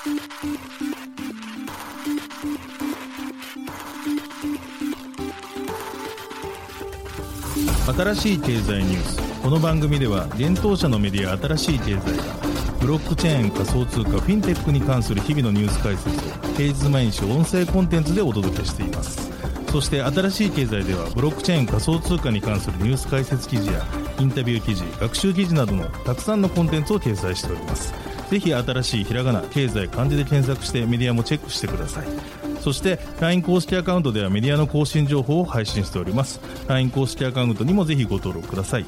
新しい経済ニュース。この番組では現当社のメディア新しい経済がブロックチェーン、仮想通貨、フィンテックに関する日々のニュース解説を平日毎日音声コンテンツでお届けしています。そして新しい経済ではブロックチェーン、仮想通貨に関するニュース解説記事やインタビュー記事、学習記事などのたくさんのコンテンツを掲載しております。ぜひ新しいひらがな、経済、漢字で検索してメディアもチェックしてください。そして LINE 公式アカウントではメディアの更新情報を配信しております。 LINE 公式アカウントにもぜひご登録ください。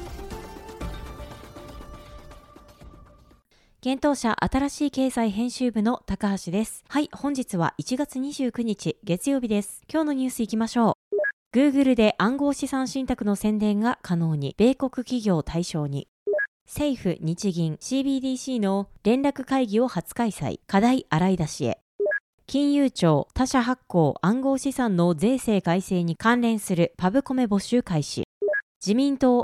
現当社新しい経済編集部の高橋です。はい、本日は1月29日月曜日です。今日のニュースいきましょう。 Google で暗号資産信託の宣伝が可能に、米国企業対象に。政府・日銀 CBDC の連絡会議を初開催、課題洗い出しへ。金融庁他社発行暗号資産の税制改正に関連するパブコメ募集開始。自民党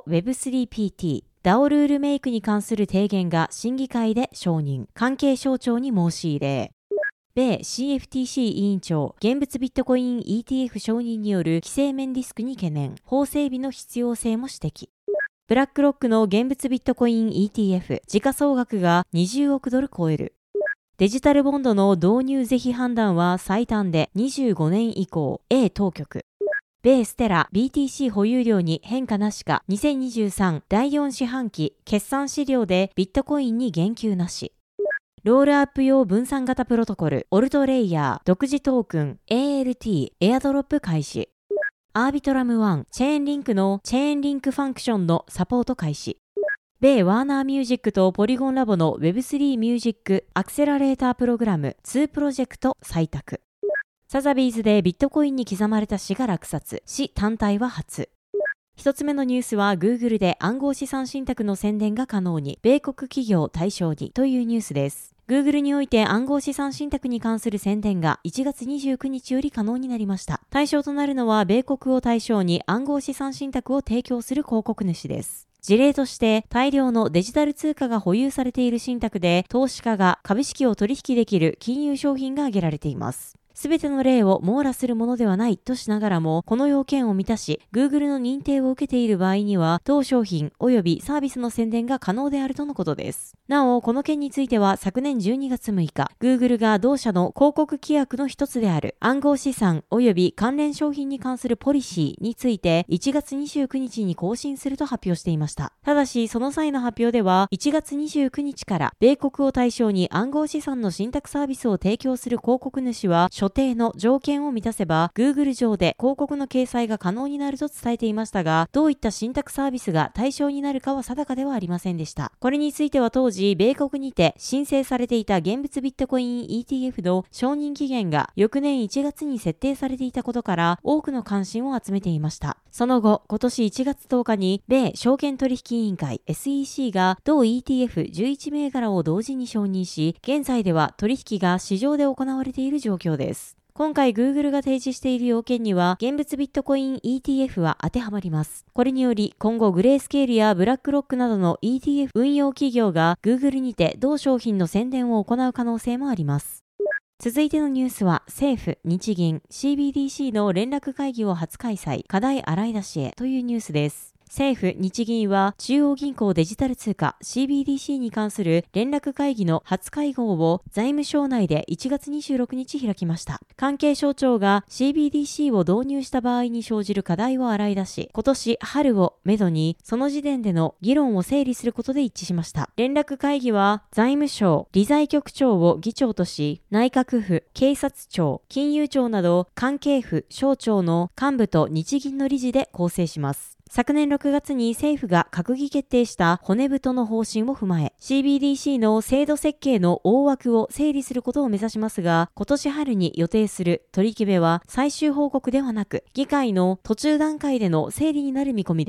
Web3PT DAO ルールメイクに関する提言が審議会で承認、関係省庁に申し入れ。米 CFTC 委員長、現物ビットコイン ETF 承認による規制面リスクに懸念、法整備の必要性も指摘。ブラックロックの現物ビットコイン ETF、時価総額が20億ドル超える。デジタルボンドの導入是非判断は最短で25年以降、A 当局。米ステラ BTC 保有量に変化なしか、2023第4四半期決算資料でビットコインに言及なし。ロールアップ用分散型プロトコル、オルトレイヤー、独自トークン、ALT、エアドロップ開始。アービトラム1、チェーンリンクのチェーンリンクファンクションのサポート開始。米ワーナーミュージックとポリゴンラボの Web3 ミュージックアクセラレータープログラム2プロジェクト採択。サザビーズでビットコインに刻まれた死が落札、死単体は初。一つ目のニュースは Google で暗号資産信託の宣伝が可能に、米国企業対象にというニュースです。Google において暗号資産信託に関する宣伝が1月29日より可能になりました。対象となるのは米国を対象に暗号資産信託を提供する広告主です。事例として大量のデジタル通貨が保有されている信託で、投資家が株式を取引できる金融商品が挙げられています。すべての例を網羅するものではないとしながらも、この要件を満たし、Google の認定を受けている場合には、同商品及びサービスの宣伝が可能であるとのことです。なお、この件については昨年12月6日、Google が同社の広告規約の一つである暗号資産及び関連商品に関するポリシーについて1月29日に更新すると発表していました。ただし、その際の発表では、1月29日から米国を対象に暗号資産の信託サービスを提供する広告主は、所定の条件を満たせば Google 上で広告の掲載が可能になると伝えていましたが、どういった信託サービスが対象になるかは定かではありませんでした。これについては当時米国にて申請されていた現物ビットコイン ETF の承認期限が翌年1月に設定されていたことから多くの関心を集めていました。その後、今年1月10日に米証券取引委員会 SEC が同 ETF11 銘柄を同時に承認し、現在では取引が市場で行われている状況です。今回 Google が提示している要件には、現物ビットコイン ETF は当てはまります。これにより、今後グレースケールやブラックロックなどの ETF 運用企業が Google にて同商品の宣伝を行う可能性もあります。続いてのニュースは、政府・日銀 CBDC の連絡会議を初開催、課題洗い出しへというニュースです。政府・日銀は中央銀行デジタル通貨 CBDC に関する連絡会議の初会合を財務省内で1月26日開きました。関係省庁が CBDC を導入した場合に生じる課題を洗い出し、今年春をめどにその時点での議論を整理することで一致しました。連絡会議は財務省、理財局長を議長とし、内閣府、警察庁、金融庁など関係府、省庁の幹部と日銀の理事で構成します。昨年6月に政府が閣議決定した骨太の方針を踏まえ、CBDC の制度設計の大枠を整理することを目指しますが、今年春に予定する取り決めは最終報告ではなく、議会の途中段階での整理になる見込みです。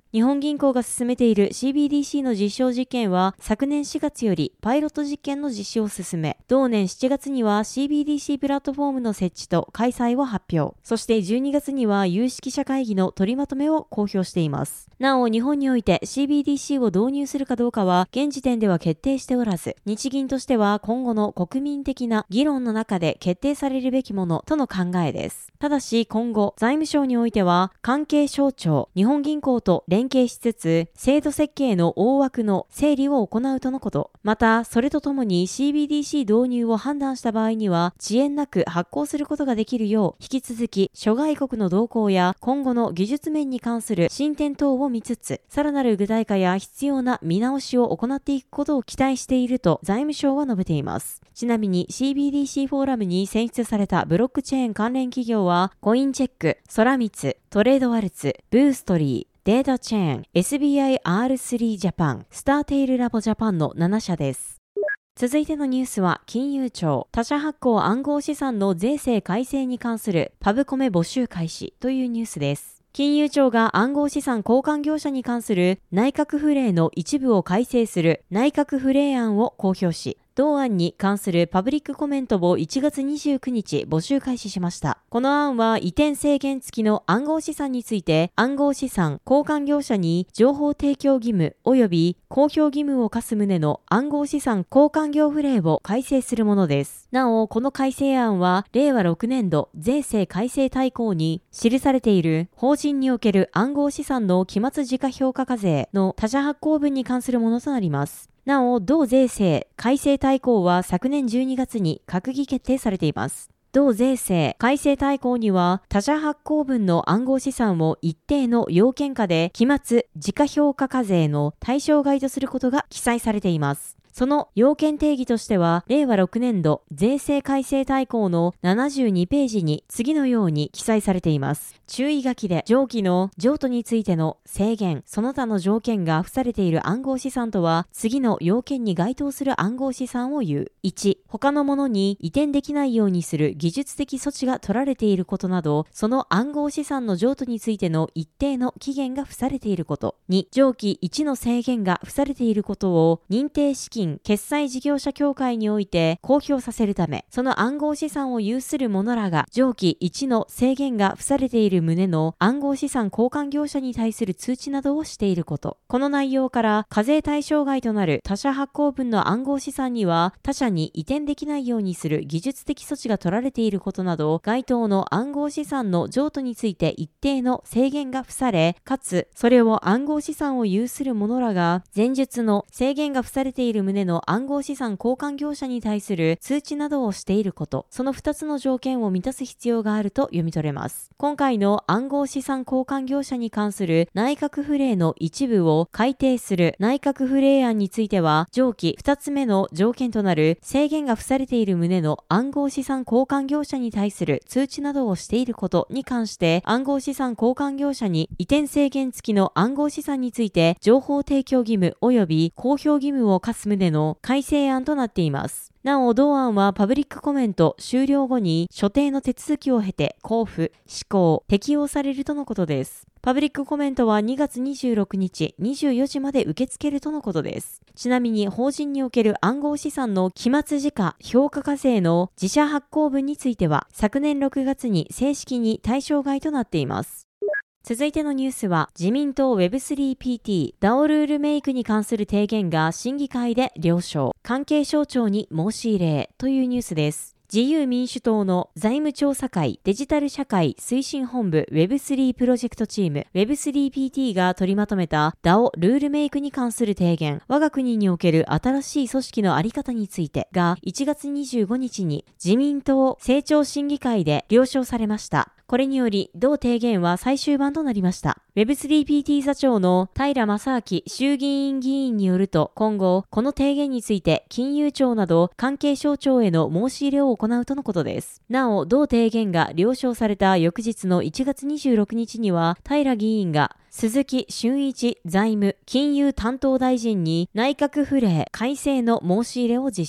日本銀行が進めている CBDC の実証実験は昨年4月よりパイロット実験の実施を進め、同年7月には CBDC プラットフォームの設置と開催を発表。そして12月には有識者会議の取りまとめを公表しています。なお、日本において CBDC を導入するかどうかは現時点では決定しておらず、日銀としては今後の国民的な議論の中で決定されるべきものとの考えです。ただし今後、財務省においては関係省庁、日本銀行と連携しつつ、制度設計の大枠の整理を行うとのこと。また、それとともに CBDC 導入を判断した場合には、遅延なく発行することができるよう、引き続き諸外国の動向や今後の技術面に関する進展等を見つつ、さらなる具体化や必要な見直しを行っていくことを期待していると財務省は述べています。ちなみに CBDC フォーラムに選出されたブロックチェーン関連企業は、コインチェック、ソラミツ、トレードワルツ、ブーストリー、データチェーン、SBI R3 ジャパン、スターテイルラボジャパンの7社です。続いてのニュースは、金融庁、他社発行暗号資産の税制改正に関するパブコメ募集開始というニュースです。金融庁が暗号資産交換業者に関する内閣府令の一部を改正する内閣府令案を公表し、同案に関するパブリックコメントを1月29日募集開始しました。この案は移転制限付きの暗号資産について暗号資産交換業者に情報提供義務及び公表義務を課す旨の暗号資産交換業府令を改正するものです。なお、この改正案は令和6年度税制改正大綱に記されている法人における暗号資産の期末時価評価課税の他社発行分に関するものとなります。なお、同税制改正大綱は昨年12月に閣議決定されています。同税制改正大綱には他社発行分の暗号資産を一定の要件下で期末時価評価課税の対象外とすることが記載されています。その要件定義としては、令和6年度税制改正大綱の72ページに次のように記載されています。注意書きで上記の譲渡についての制限、その他の条件が付されている暗号資産とは、次の要件に該当する暗号資産を言う。1、他のものに移転できないようにする技術的措置が取られていることなど、その暗号資産の譲渡についての一定の期限が付されていること。2、上記1の制限が付されていることを認定資金決済事業者協会において公表させるため、その暗号資産を有する者らが上記1の制限が付されている旨の暗号資産交換業者に対する通知などをしていること。この内容から課税対象外となる他社発行分の暗号資産には他社に移転できないようにする技術的措置が取られていることなど、該当の暗号資産の譲渡について一定の制限が付され、かつそれを暗号資産を有する者らが前述の制限が付されている旨の暗号資産交換業者に対する通知などをしていること、その2つの条件を満たす必要があると読み取れます。今回の暗号資産交換業者に関する内閣府令の一部を改定する内閣府令案については、上記2つ目の条件となる制限が付されている旨の暗号資産交換業者に対する通知などをしていることに関して、暗号資産交換業者に移転制限付きの暗号資産について情報提供義務及び公表義務を課す旨の改正案となっています。なお、同案はパブリックコメント終了後に所定の手続きを経て公布、施行、適用されるとのことです。パブリックコメントは2月26日24時まで受け付けるとのことです。ちなみに法人における暗号資産の期末時価評価課税の自社発行分については昨年6月に正式に対象外となっています。続いてのニュースは、自民党 Web3PT DAO ルールメイクに関する提言が審議会で了承、関係省庁に申し入れというニュースです。自由民主党の財務調査会デジタル社会推進本部 Web3 プロジェクトチーム Web3PT が取りまとめた DAO ルールメイクに関する提言、我が国における新しい組織のあり方についてが1月25日に自民党政調審議会で了承されました。これにより、同提言は最終版となりました。Web3PT 座長の平正明衆議院議員によると、今後、この提言について金融庁など関係省庁への申し入れを行うとのことです。なお、同提言が了承された翌日の1月26日には、平議員が鈴木俊一財務金融担当大臣に内閣府令改正の申し入れを実施。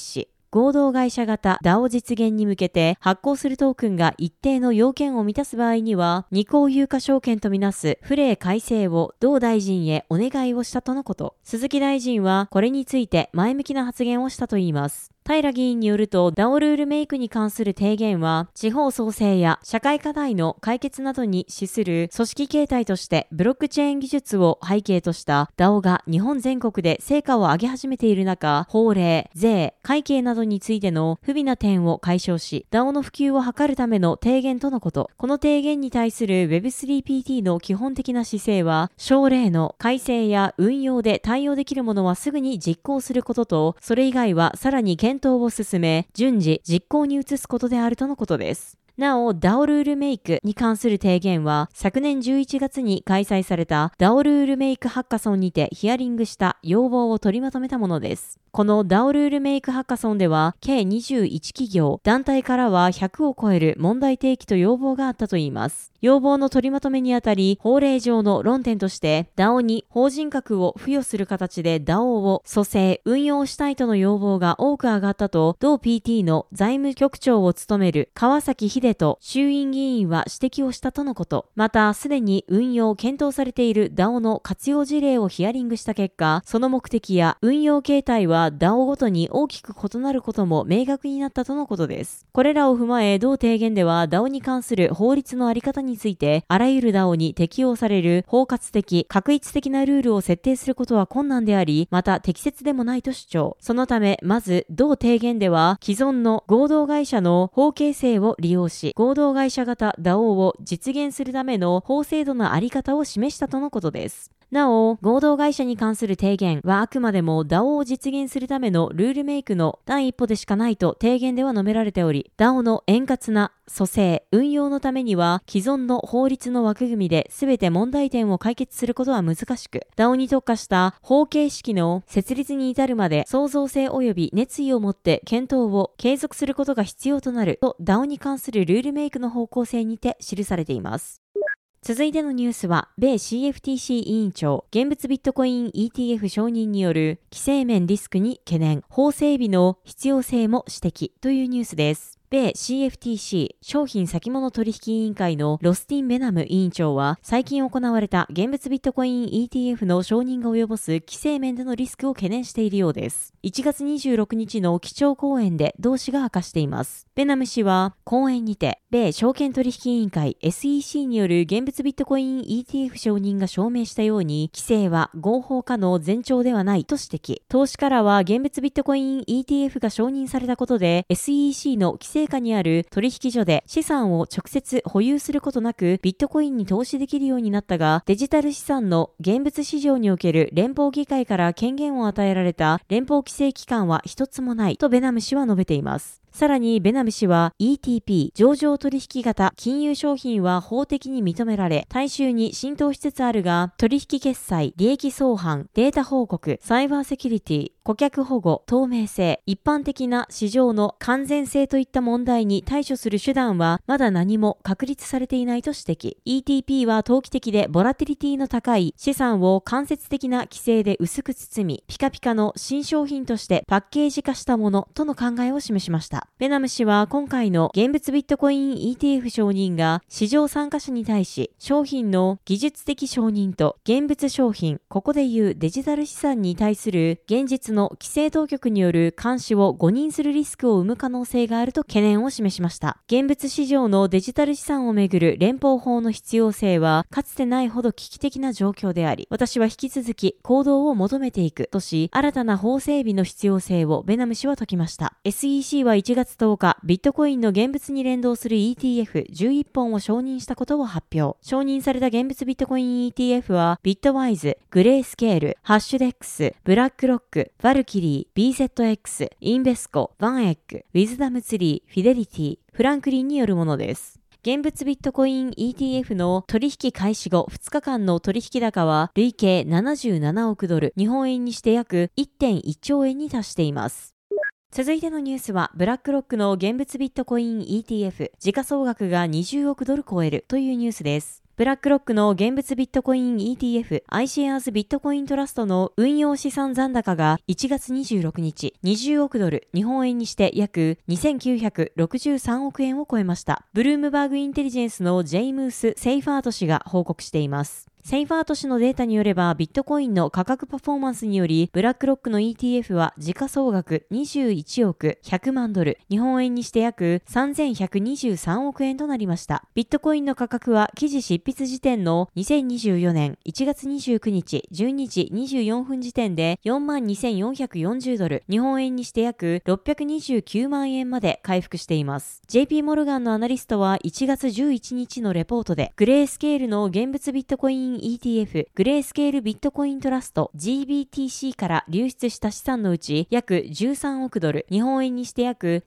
合同会社型 DAO 実現に向けて発行するトークンが一定の要件を満たす場合には、二項有価証券とみなすフレー改正を同大臣へお願いをしたとのこと。鈴木大臣はこれについて前向きな発言をしたといいます。平議員によると、DAO ルールメイクに関する提言は、地方創生や社会課題の解決などに資する組織形態としてブロックチェーン技術を背景とした DAO が日本全国で成果を上げ始めている中、法令、税、会計などについての不備な点を解消し、DAO の普及を図るための提言とのこと。この提言に対する Web3PT の基本的な姿勢は、省令の改正や運用で対応できるものはすぐに実行することと、それ以外はさらに検討を進め、順次実行に移すことであるとのことです。なお、DAO ルールメイクに関する提言は、昨年11月に開催された DAO ルールメイクハッカソンにてヒアリングした要望を取りまとめたものです。この DAO ルールメイクハッカソンでは、計21企業、団体からは100を超える問題提起と要望があったといいます。要望の取りまとめにあたり、法令上の論点として、DAO に法人格を付与する形で DAO を組成、運用したいとの要望が多く上がったと、同 PT の財務局長を務める川崎秀人衆院議員は指摘をしたとのこと。また、すでに運用を検討されている DAO の活用事例をヒアリングした結果、その目的や運用形態はDAO ごとに大きく異なることも明確になったとのことです。これらを踏まえ、同提言では DAO に関する法律のあり方について、あらゆる DAO に適用される包括的、画一的なルールを設定することは困難であり、また適切でもないと主張。そのため、まず、同提言では、既存の合同会社の法形成を利用し、合同会社型 DAO を実現するための法制度のあり方を示したとのことです。なお、合同会社に関する提言はあくまでも DAO を実現するためのルールメイクの第一歩でしかないと提言では述べられており、DAO の円滑な組成、運用のためには既存の法律の枠組みで全て問題点を解決することは難しく、DAO に特化した法形式の設立に至るまで創造性及び熱意を持って検討を継続することが必要となると DAO に関するルールメイクの方向性にて記されています。続いてのニュースは、米 CFTC 委員長、現物ビットコイン ETF 承認による規制面リスクに懸念、法整備の必要性も指摘というニュースです。米 CFTC 商品先物取引委員会のロスティン・ベナム委員長は最近行われた現物ビットコイン ETF の承認が及ぼす規制面でのリスクを懸念しているようです。1月26日の基調講演で同氏が明かしています。ベナム氏は講演にて米証券取引委員会 SEC による現物ビットコイン ETF 承認が証明したように規制は合法化の前兆ではないと指摘。投資家らは現物ビットコイン ETF が承認されたことで SEC の規制下にある取引所で資産を直接保有することなくビットコインに投資できるようになったが、デジタル資産の現物市場における連邦議会から権限を与えられた連邦規制機関は一つもないとベナム氏は述べています。さらにベナム氏は ETP 上場取引型金融商品は法的に認められ大衆に浸透しつつあるが、取引決済、利益相反、データ報告、サイバーセキュリティ、顧客保護、透明性、一般的な市場の完全性といった問題に対処する手段はまだ何も確立されていないと指摘。ETP は投機的でボラティリティの高い資産を間接的な規制で薄く包み、ピカピカの新商品としてパッケージ化したものとの考えを示しました。ベナム氏は今回の現物ビットコイン ETF 承認が市場参加者に対し商品の技術的承認と現物商品、ここでいうデジタル資産に対する現実の規制当局による監視を誤認するリスクを生む可能性があると懸念を示しました。現物市場のデジタル資産をめぐる連邦法の必要性はかつてないほど危機的な状況であり、私は引き続き行動を求めていくとし、新たな法整備の必要性をベナム氏は説きました。SEC は1月10日、ビットコインの現物に連動する ETF11 本を承認したことを発表。承認された現物ビットコイン ETF は、ビットワイズ、グレースケール、ハッシュデックス、ブラックロック、バルキリー、BZX、インベスコ、ワンエッグ、ウィズダムツリー、フィデリティ、フランクリンによるものです。現物ビットコイン ETF の取引開始後2日間の取引高は累計77億ドル、日本円にして約 1.1 兆円に達しています。続いてのニュースは、ブラックロックの現物ビットコイン ETF、時価総額が20億ドル超えるというニュースです。 ブラックロックの現物ビットコイン ETF iShares ビットコイントラストの運用資産残高が1月26日20億ドル、日本円にして約2963億円を超えました。ブルームバーグインテリジェンスのジェイムース・セイファート氏が報告しています。セイファート氏のデータによれば、ビットコインの価格パフォーマンスにより、ブラックロックの ETF は時価総額21億100万ドル、日本円にして約3123億円となりました。ビットコインの価格は記事執筆時点の2024年1月29日12時24分時点で42,440ドル、日本円にして約629万円まで回復しています。JP モルガンのアナリストは1月11日のレポートで、グレースケールの現物ビットコインETF グレースケールビットコイントラスト GBTC から流出した資産のうち約13億ドル、日本円にして約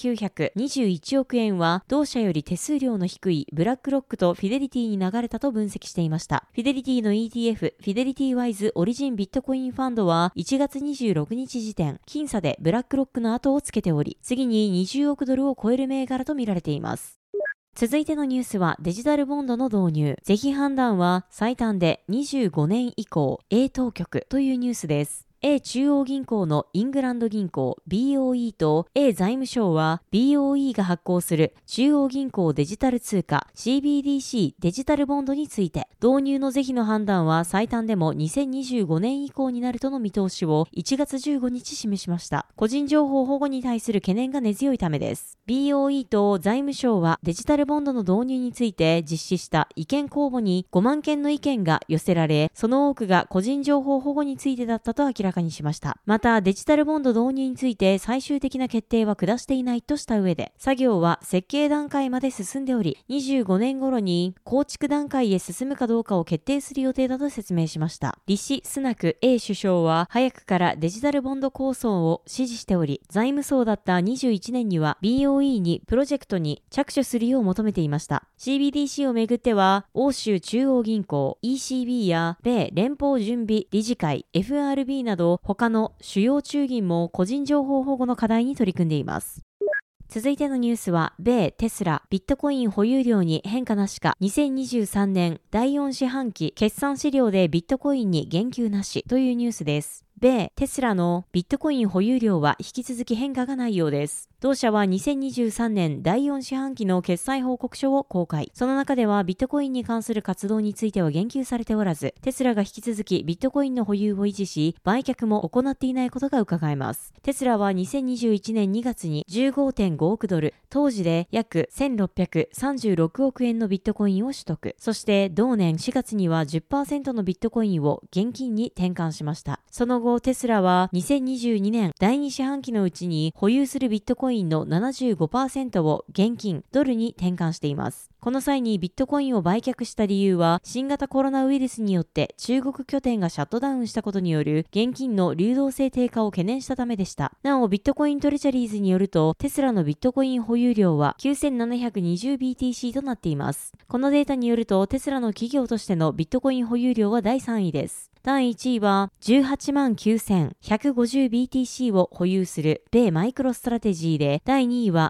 1921億円は同社より手数料の低いブラックロックとフィデリティに流れたと分析していました。フィデリティの ETF フィデリティワイズオリジンビットコインファンドは1月26日時点僅差でブラックロックの後をつけており、次に20億ドルを超える銘柄とみられています。続いてのニュースはデジタルボンドの導入。是非判断は最短で25年以降、A 当局というニュースです。A 中央銀行のイングランド銀行 BOE と A 財務省は BOE が発行する中央銀行デジタル通貨 CBDC デジタルボンドについて、導入の是非の判断は最短でも2025年以降になるとの見通しを1月15日示しました。個人情報保護に対する懸念が根強いためです。BOE と財務省はデジタルボンドの導入について実施した意見公募に5万件の意見が寄せられ、その多くが個人情報保護についてだったと明らかにしました。またデジタルボンド導入について最終的な決定は下していないとした上で、作業は設計段階まで進んでおり、25年頃に構築段階へ進むかどうかを決定する予定だと説明しました。リシ・スナク A 首相は早くからデジタルボンド構想を支持しており、財務相だった21年には BOE にプロジェクトに着手するよう求めていました。CBDC をめぐっては欧州中央銀行 ECB や米連邦準備理事会 FRB など他の主要中銀も個人情報保護の課題に取り組んでいます。続いてのニュースは、米テスラビットコイン保有量に変化なしか、2023年第4四半期決算資料でビットコインに言及なしというニュースです。米テスラのビットコイン保有量は引き続き変化がないようです。同社は2023年第4四半期の決算報告書を公開。その中ではビットコインに関する活動については言及されておらず、テスラが引き続きビットコインの保有を維持し、売却も行っていないことが伺えます。テスラは2021年2月に 15.5 億ドル、当時で約1636億円のビットコインを取得。そして同年4月には 10% のビットコインを現金に転換しました。その後テスラは2022年第2四半期のうちに保有するビットコインの 75% を現金ドルに転換しています。この際にビットコインを売却した理由は、新型コロナウイルスによって中国拠点がシャットダウンしたことによる現金の流動性低下を懸念したためでした。なおビットコイントレジャリーズによると、テスラのビットコイン保有量は 9720BTC となっています。このデータによると、テスラの企業としてのビットコイン保有量は第3位です。第1位は 189,150BTC を保有する米マイクロストラテジーで、第2位は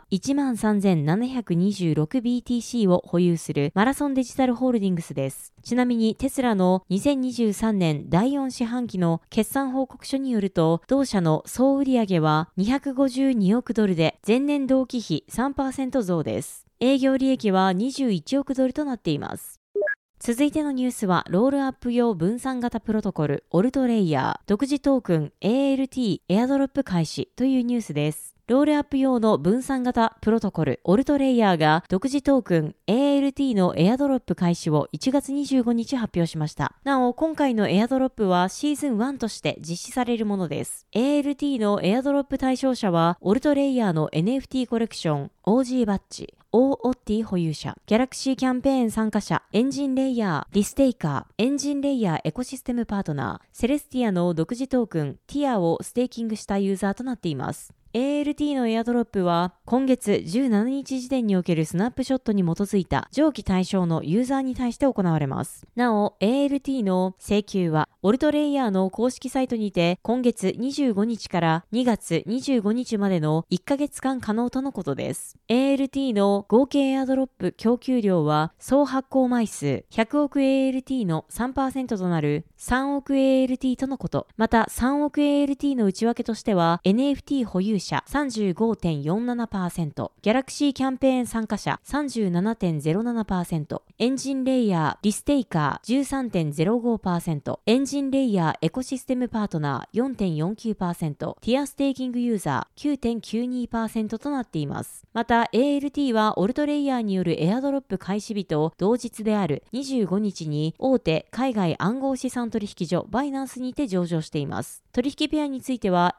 13,726BTC を保有するマラソンデジタルホールディングスです。ちなみにテスラの2023年第4四半期の決算報告書によると、同社の総売上は252億ドルで前年同期比 3% 増です。営業利益は21億ドルとなっています。続いてのニュースは、ロールアップ用分散型プロトコルオルトレイヤー独自トークン ALT エアドロップ開始というニュースです。ロールアップ用の分散型プロトコルオルトレイヤーが独自トークン ALT のエアドロップ開始を1月25日発表しました。なお、今回のエアドロップはシーズン1として実施されるものです。ALT のエアドロップ対象者は、オルトレイヤーの NFT コレクション OG バッジOOT 保有者、ギャラクシーキャンペーン参加者、エンジンレイヤー、リステイカー、エンジンレイヤーエコシステムパートナー、セレスティアの独自トークン、ティアをステーキングしたユーザーとなっています。 ALT のエアドロップは今月17日時点におけるスナップショットに基づいた上記対象のユーザーに対して行われます。なお、ALT の請求はオルトレイヤーの公式サイトにて今月25日から2月25日までの1ヶ月間可能とのことです。ALT の合計エアドロップ供給量は総発行枚数100億 ALT の 3% となる3億 ALT とのこと。また3億 ALT の内訳としては NFT 保有者 35.47%、ギャラクシーキャンペーン参加者 37.07%、エンジンレイヤーリステイカー 13.05%、エンジンレイヤーエコシステムパートナー 4.49%、ティアステーキングユーザー 9.92% となっています。また ALT はオルトレイヤーによるエアドロップ開始日と同日である25日に大手海外暗号資産取引所バイナンスにて上場しています。取引ペアについては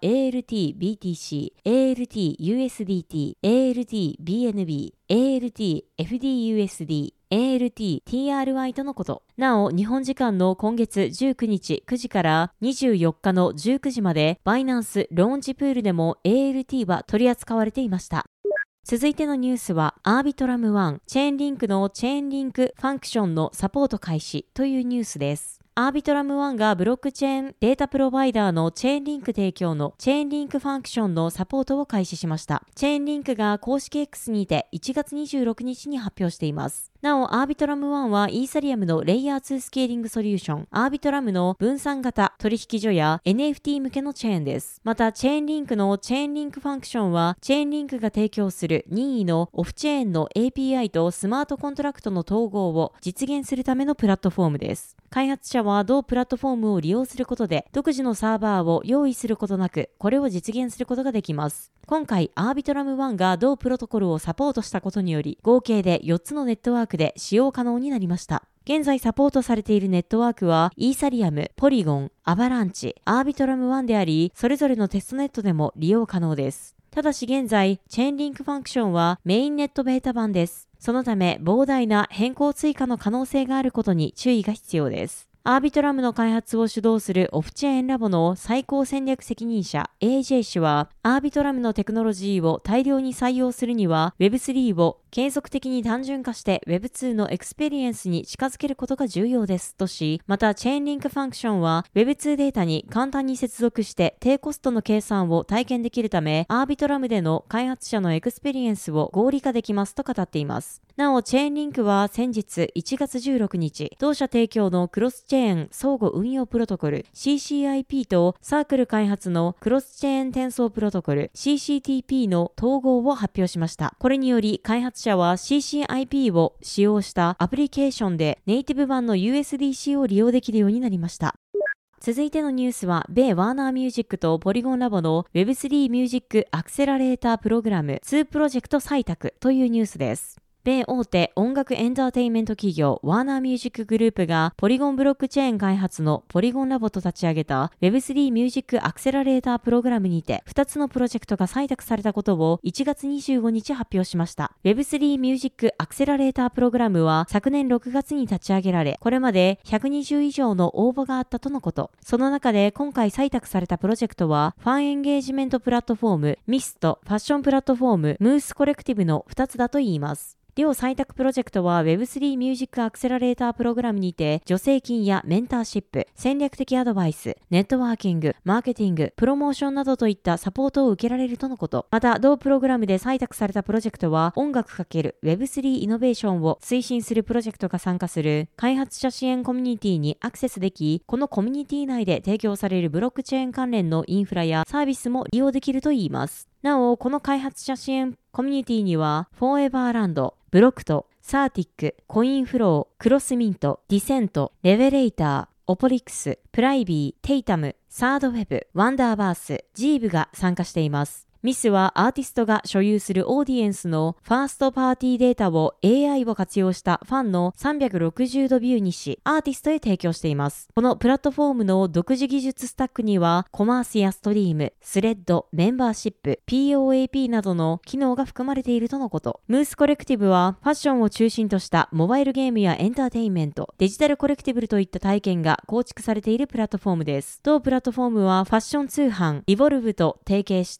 ALT-BTC、ALT-USDT、ALT-FDUSD、ALT-TRY とのこと。なお、日本時間の今月19日9時から24日の19時までバイナンスローンチプールでも ALT は取り扱われていました。続いてのニュースは、アービトラム1、チェーンリンクのチェーンリンクファンクションのサポート開始というニュースです。アービトラム1がブロックチェーンデータプロバイダーのチェーンリンク提供のチェーンリンクファンクションのサポートを開始しました。チェーンリンクが公式 X にて1月26日に発表しています。なお、アービトラム1はイーサリアムのレイヤー2スケーリングソリューション、アービトラムの分散型取引所や NFT 向けのチェーンです。また、チェーンリンクのチェーンリンクファンクションは、チェーンリンクが提供する任意のオフチェーンの API とスマートコントラクトの統合を実現するためのプラットフォームです。開発者は同プラットフォームを利用することで独自のサーバーを用意することなくこれを実現することができます。今回アービトラム1が同プロトコルをサポートしたことにより合計で4つのネットワークで使用可能になりました。現在サポートされているネットワークはイーサリアム、ポリゴン、アバランチ、アービトラム1でありそれぞれのテストネットでも利用可能です。ただし現在チェーンリンクファンクションはメインネットベータ版です。そのため膨大な変更追加の可能性があることに注意が必要です。アービトラムの開発を主導するオフチェーンラボの最高戦略責任者 AJ 氏は、アービトラムのテクノロジーを大量に採用するには Web3 を継続的に単純化して Web2 のエクスペリエンスに近づけることが重要ですとし、またチェーンリンクファンクションは Web2 データに簡単に接続して低コストの計算を体験できるため、アービトラムでの開発者のエクスペリエンスを合理化できますと語っています。なお、チェーンリンクは先日1月16日、同社提供のクロスチェーン相互運用プロトコル CCIP とサークル開発のクロスチェーン転送プロトコル CCTP の統合を発表しました。これにより開発者は CCIP を使用したアプリケーションでネイティブ版の USDC を利用できるようになりました。続いてのニュースは、米ワーナーミュージックとポリゴンラボの Web3 ミュージックアクセラレータープログラム2プロジェクト採択というニュースです。米大手音楽エンターテインメント企業ワーナーミュージックグループがポリゴンブロックチェーン開発のポリゴンラボと立ち上げた Web3 ミュージックアクセラレータープログラムにて2つのプロジェクトが採択されたことを1月25日発表しました。Web3 ミュージックアクセラレータープログラムは昨年6月に立ち上げられ、これまで120以上の応募があったとのこと。その中で今回採択されたプロジェクトはファンエンゲージメントプラットフォームミスト、ファッションプラットフォームムースコレクティブの2つだといいます。両採択プロジェクトは Web3 ミュージックアクセラレータープログラムにて助成金やメンターシップ、戦略的アドバイス、ネットワーキング、マーケティング、プロモーションなどといったサポートを受けられるとのこと。また同プログラムで採択されたプロジェクトは音楽×Web3 イノベーションを推進するプロジェクトが参加する開発者支援コミュニティにアクセスでき、このコミュニティ内で提供されるブロックチェーン関連のインフラやサービスも利用できるといいます。なお、この開発者支援コミュニティにはフォーエバーランド、ブロクト、サーティック、コインフロー、クロスミント、ディセント、レベレーター、オポリクス、プライビー、テイタム、サードウェブ、ワンダーバース、ジーブが参加しています。ミスはアーティストが所有するオーディエンスのファーストパーティーデータを AI を活用したファンの360度ビューにし、アーティストへ提供しています。このプラットフォームの独自技術スタックには、コマースやストリーム、スレッド、メンバーシップ、POAP などの機能が含まれているとのこと。ムースコレクティブは、ファッションを中心としたモバイルゲームやエンターテインメント、デジタルコレクティブルといった体験が構築されているプラットフォームです。同プラットフォームは、ファッション通販、リボルブと提携して構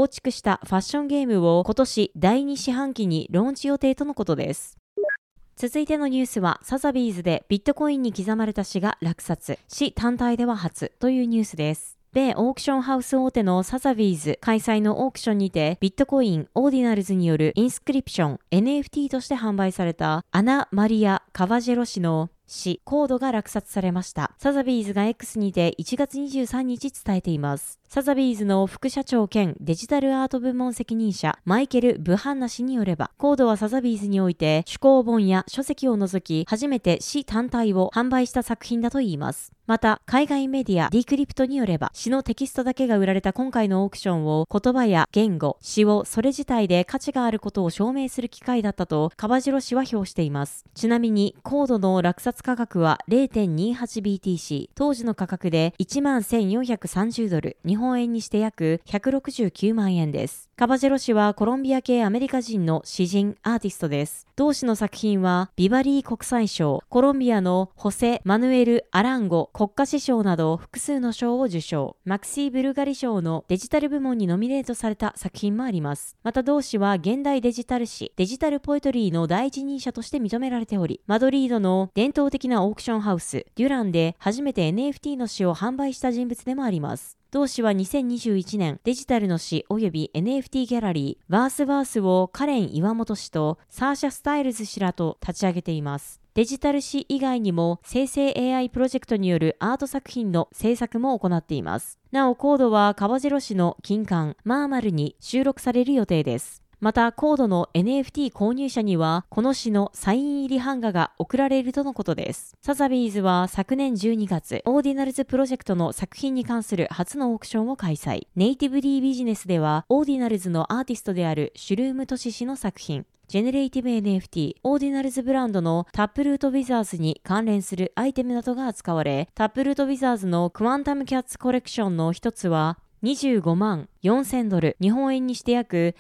構築したファッションゲームを今年第2四半期にローンチ予定とのことです。続いてのニュースは、サザビーズでビットコインに刻まれた詩が落札、詩単体では初というニュースです。米オークションハウス大手のサザビーズ開催のオークションにて、ビットコインオーディナルズによるインスクリプション NFT として販売されたアナ・マリア・カバジェロ氏の詩コードが落札されました。サザビーズが X にて1月23日伝えています。サザビーズの副社長兼デジタルアート部門責任者マイケル・ブハンナ氏によれば、コードはサザビーズにおいて趣向本や書籍を除き初めて詩単体を販売した作品だといいます。また、海外メディアディクリプトによれば、詩のテキストだけが売られた今回のオークションを言葉や言語、詩をそれ自体で価値があることを証明する機会だったとカバジロ氏は評しています。ちなみに、コードの落札価格は 0.28BTC、当時の価格で$11,430、日本円にして約169万円です。カバジェロ氏はコロンビア系アメリカ人の詩人、アーティストです。同氏の作品はビバリー国際賞、コロンビアのホセ・マヌエル・アランゴ国家詩賞など複数の賞を受賞。マクシー・ブルガリ賞のデジタル部門にノミネートされた作品もあります。また同氏は現代デジタル詩、デジタルポエトリーの第一人者として認められており、マドリードの伝統的なオークションハウス、デュランで初めて NFT の詩を販売した人物でもあります。同氏は2021年、デジタルの詩及び NFT ギャラリー、バースバースをカレン岩本氏とサーシャ・スタイルズ氏らと立ち上げています。デジタル詩以外にも生成 AI プロジェクトによるアート作品の制作も行っています。なお、コードはカバジェロ氏の金刊マーマルに収録される予定です。また、コードの NFT 購入者には、この詩のサイン入り版画が送られるとのことです。サザビーズは昨年12月、オーディナルズプロジェクトの作品に関する初のオークションを開催。ネイティブ D ビジネスでは、オーディナルズのアーティストであるシュルームトシ氏の作品、ジェネレイティブ NFT、オーディナルズブランドのタップルートウィザーズに関連するアイテムなどが扱われ、タップルートウィザーズのクワンタムキャッツコレクションの一つは、25万4000ドル、日本円にして約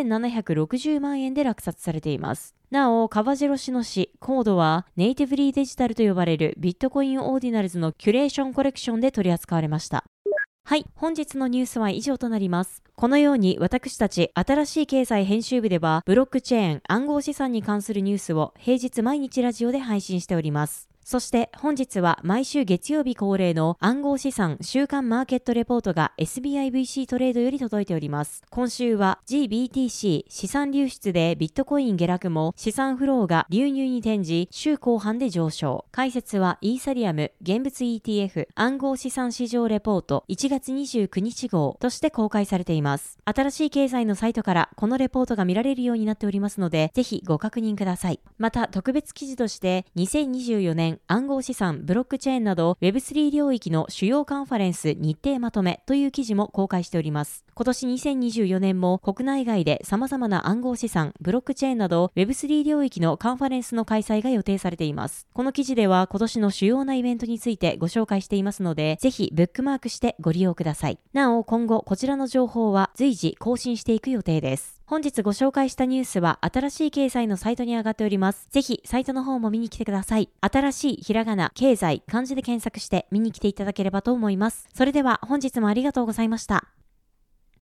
3760万円で落札されています。なお、カバジェロ氏の詩、コードはネイティブリーデジタルと呼ばれるビットコインオーディナルズのキュレーションコレクションで取り扱われました。はい、本日のニュースは以上となります。このように私たち新しい経済編集部ではブロックチェーン、暗号資産に関するニュースを平日毎日ラジオで配信しております。そして本日は毎週月曜日恒例の暗号資産週間マーケットレポートが SBIVC トレードより届いております。今週は GBTC 資産流出でビットコイン下落も資産フローが流入に転じ週後半で上昇。解説はイーサリアム現物 ETF 暗号資産市場レポート1月29日号として公開されています。新しい経済のサイトからこのレポートが見られるようになっておりますので、ぜひご確認ください。また特別記事として2024年暗号資産、ブロックチェーンなど Web3 領域の主要カンファレンス日程まとめという記事も公開しております。今年2024年も国内外で様々な暗号資産、ブロックチェーンなど Web3 領域のカンファレンスの開催が予定されています。この記事では今年の主要なイベントについてご紹介していますので、ぜひブックマークしてご利用ください。なお、今後こちらの情報は随時更新していく予定です。本日ご紹介したニュースは新しい経済のサイトに上がっております。ぜひサイトの方も見に来てください。新しいひらがな、経済、漢字で検索して見に来ていただければと思います。それでは本日もありがとうございました。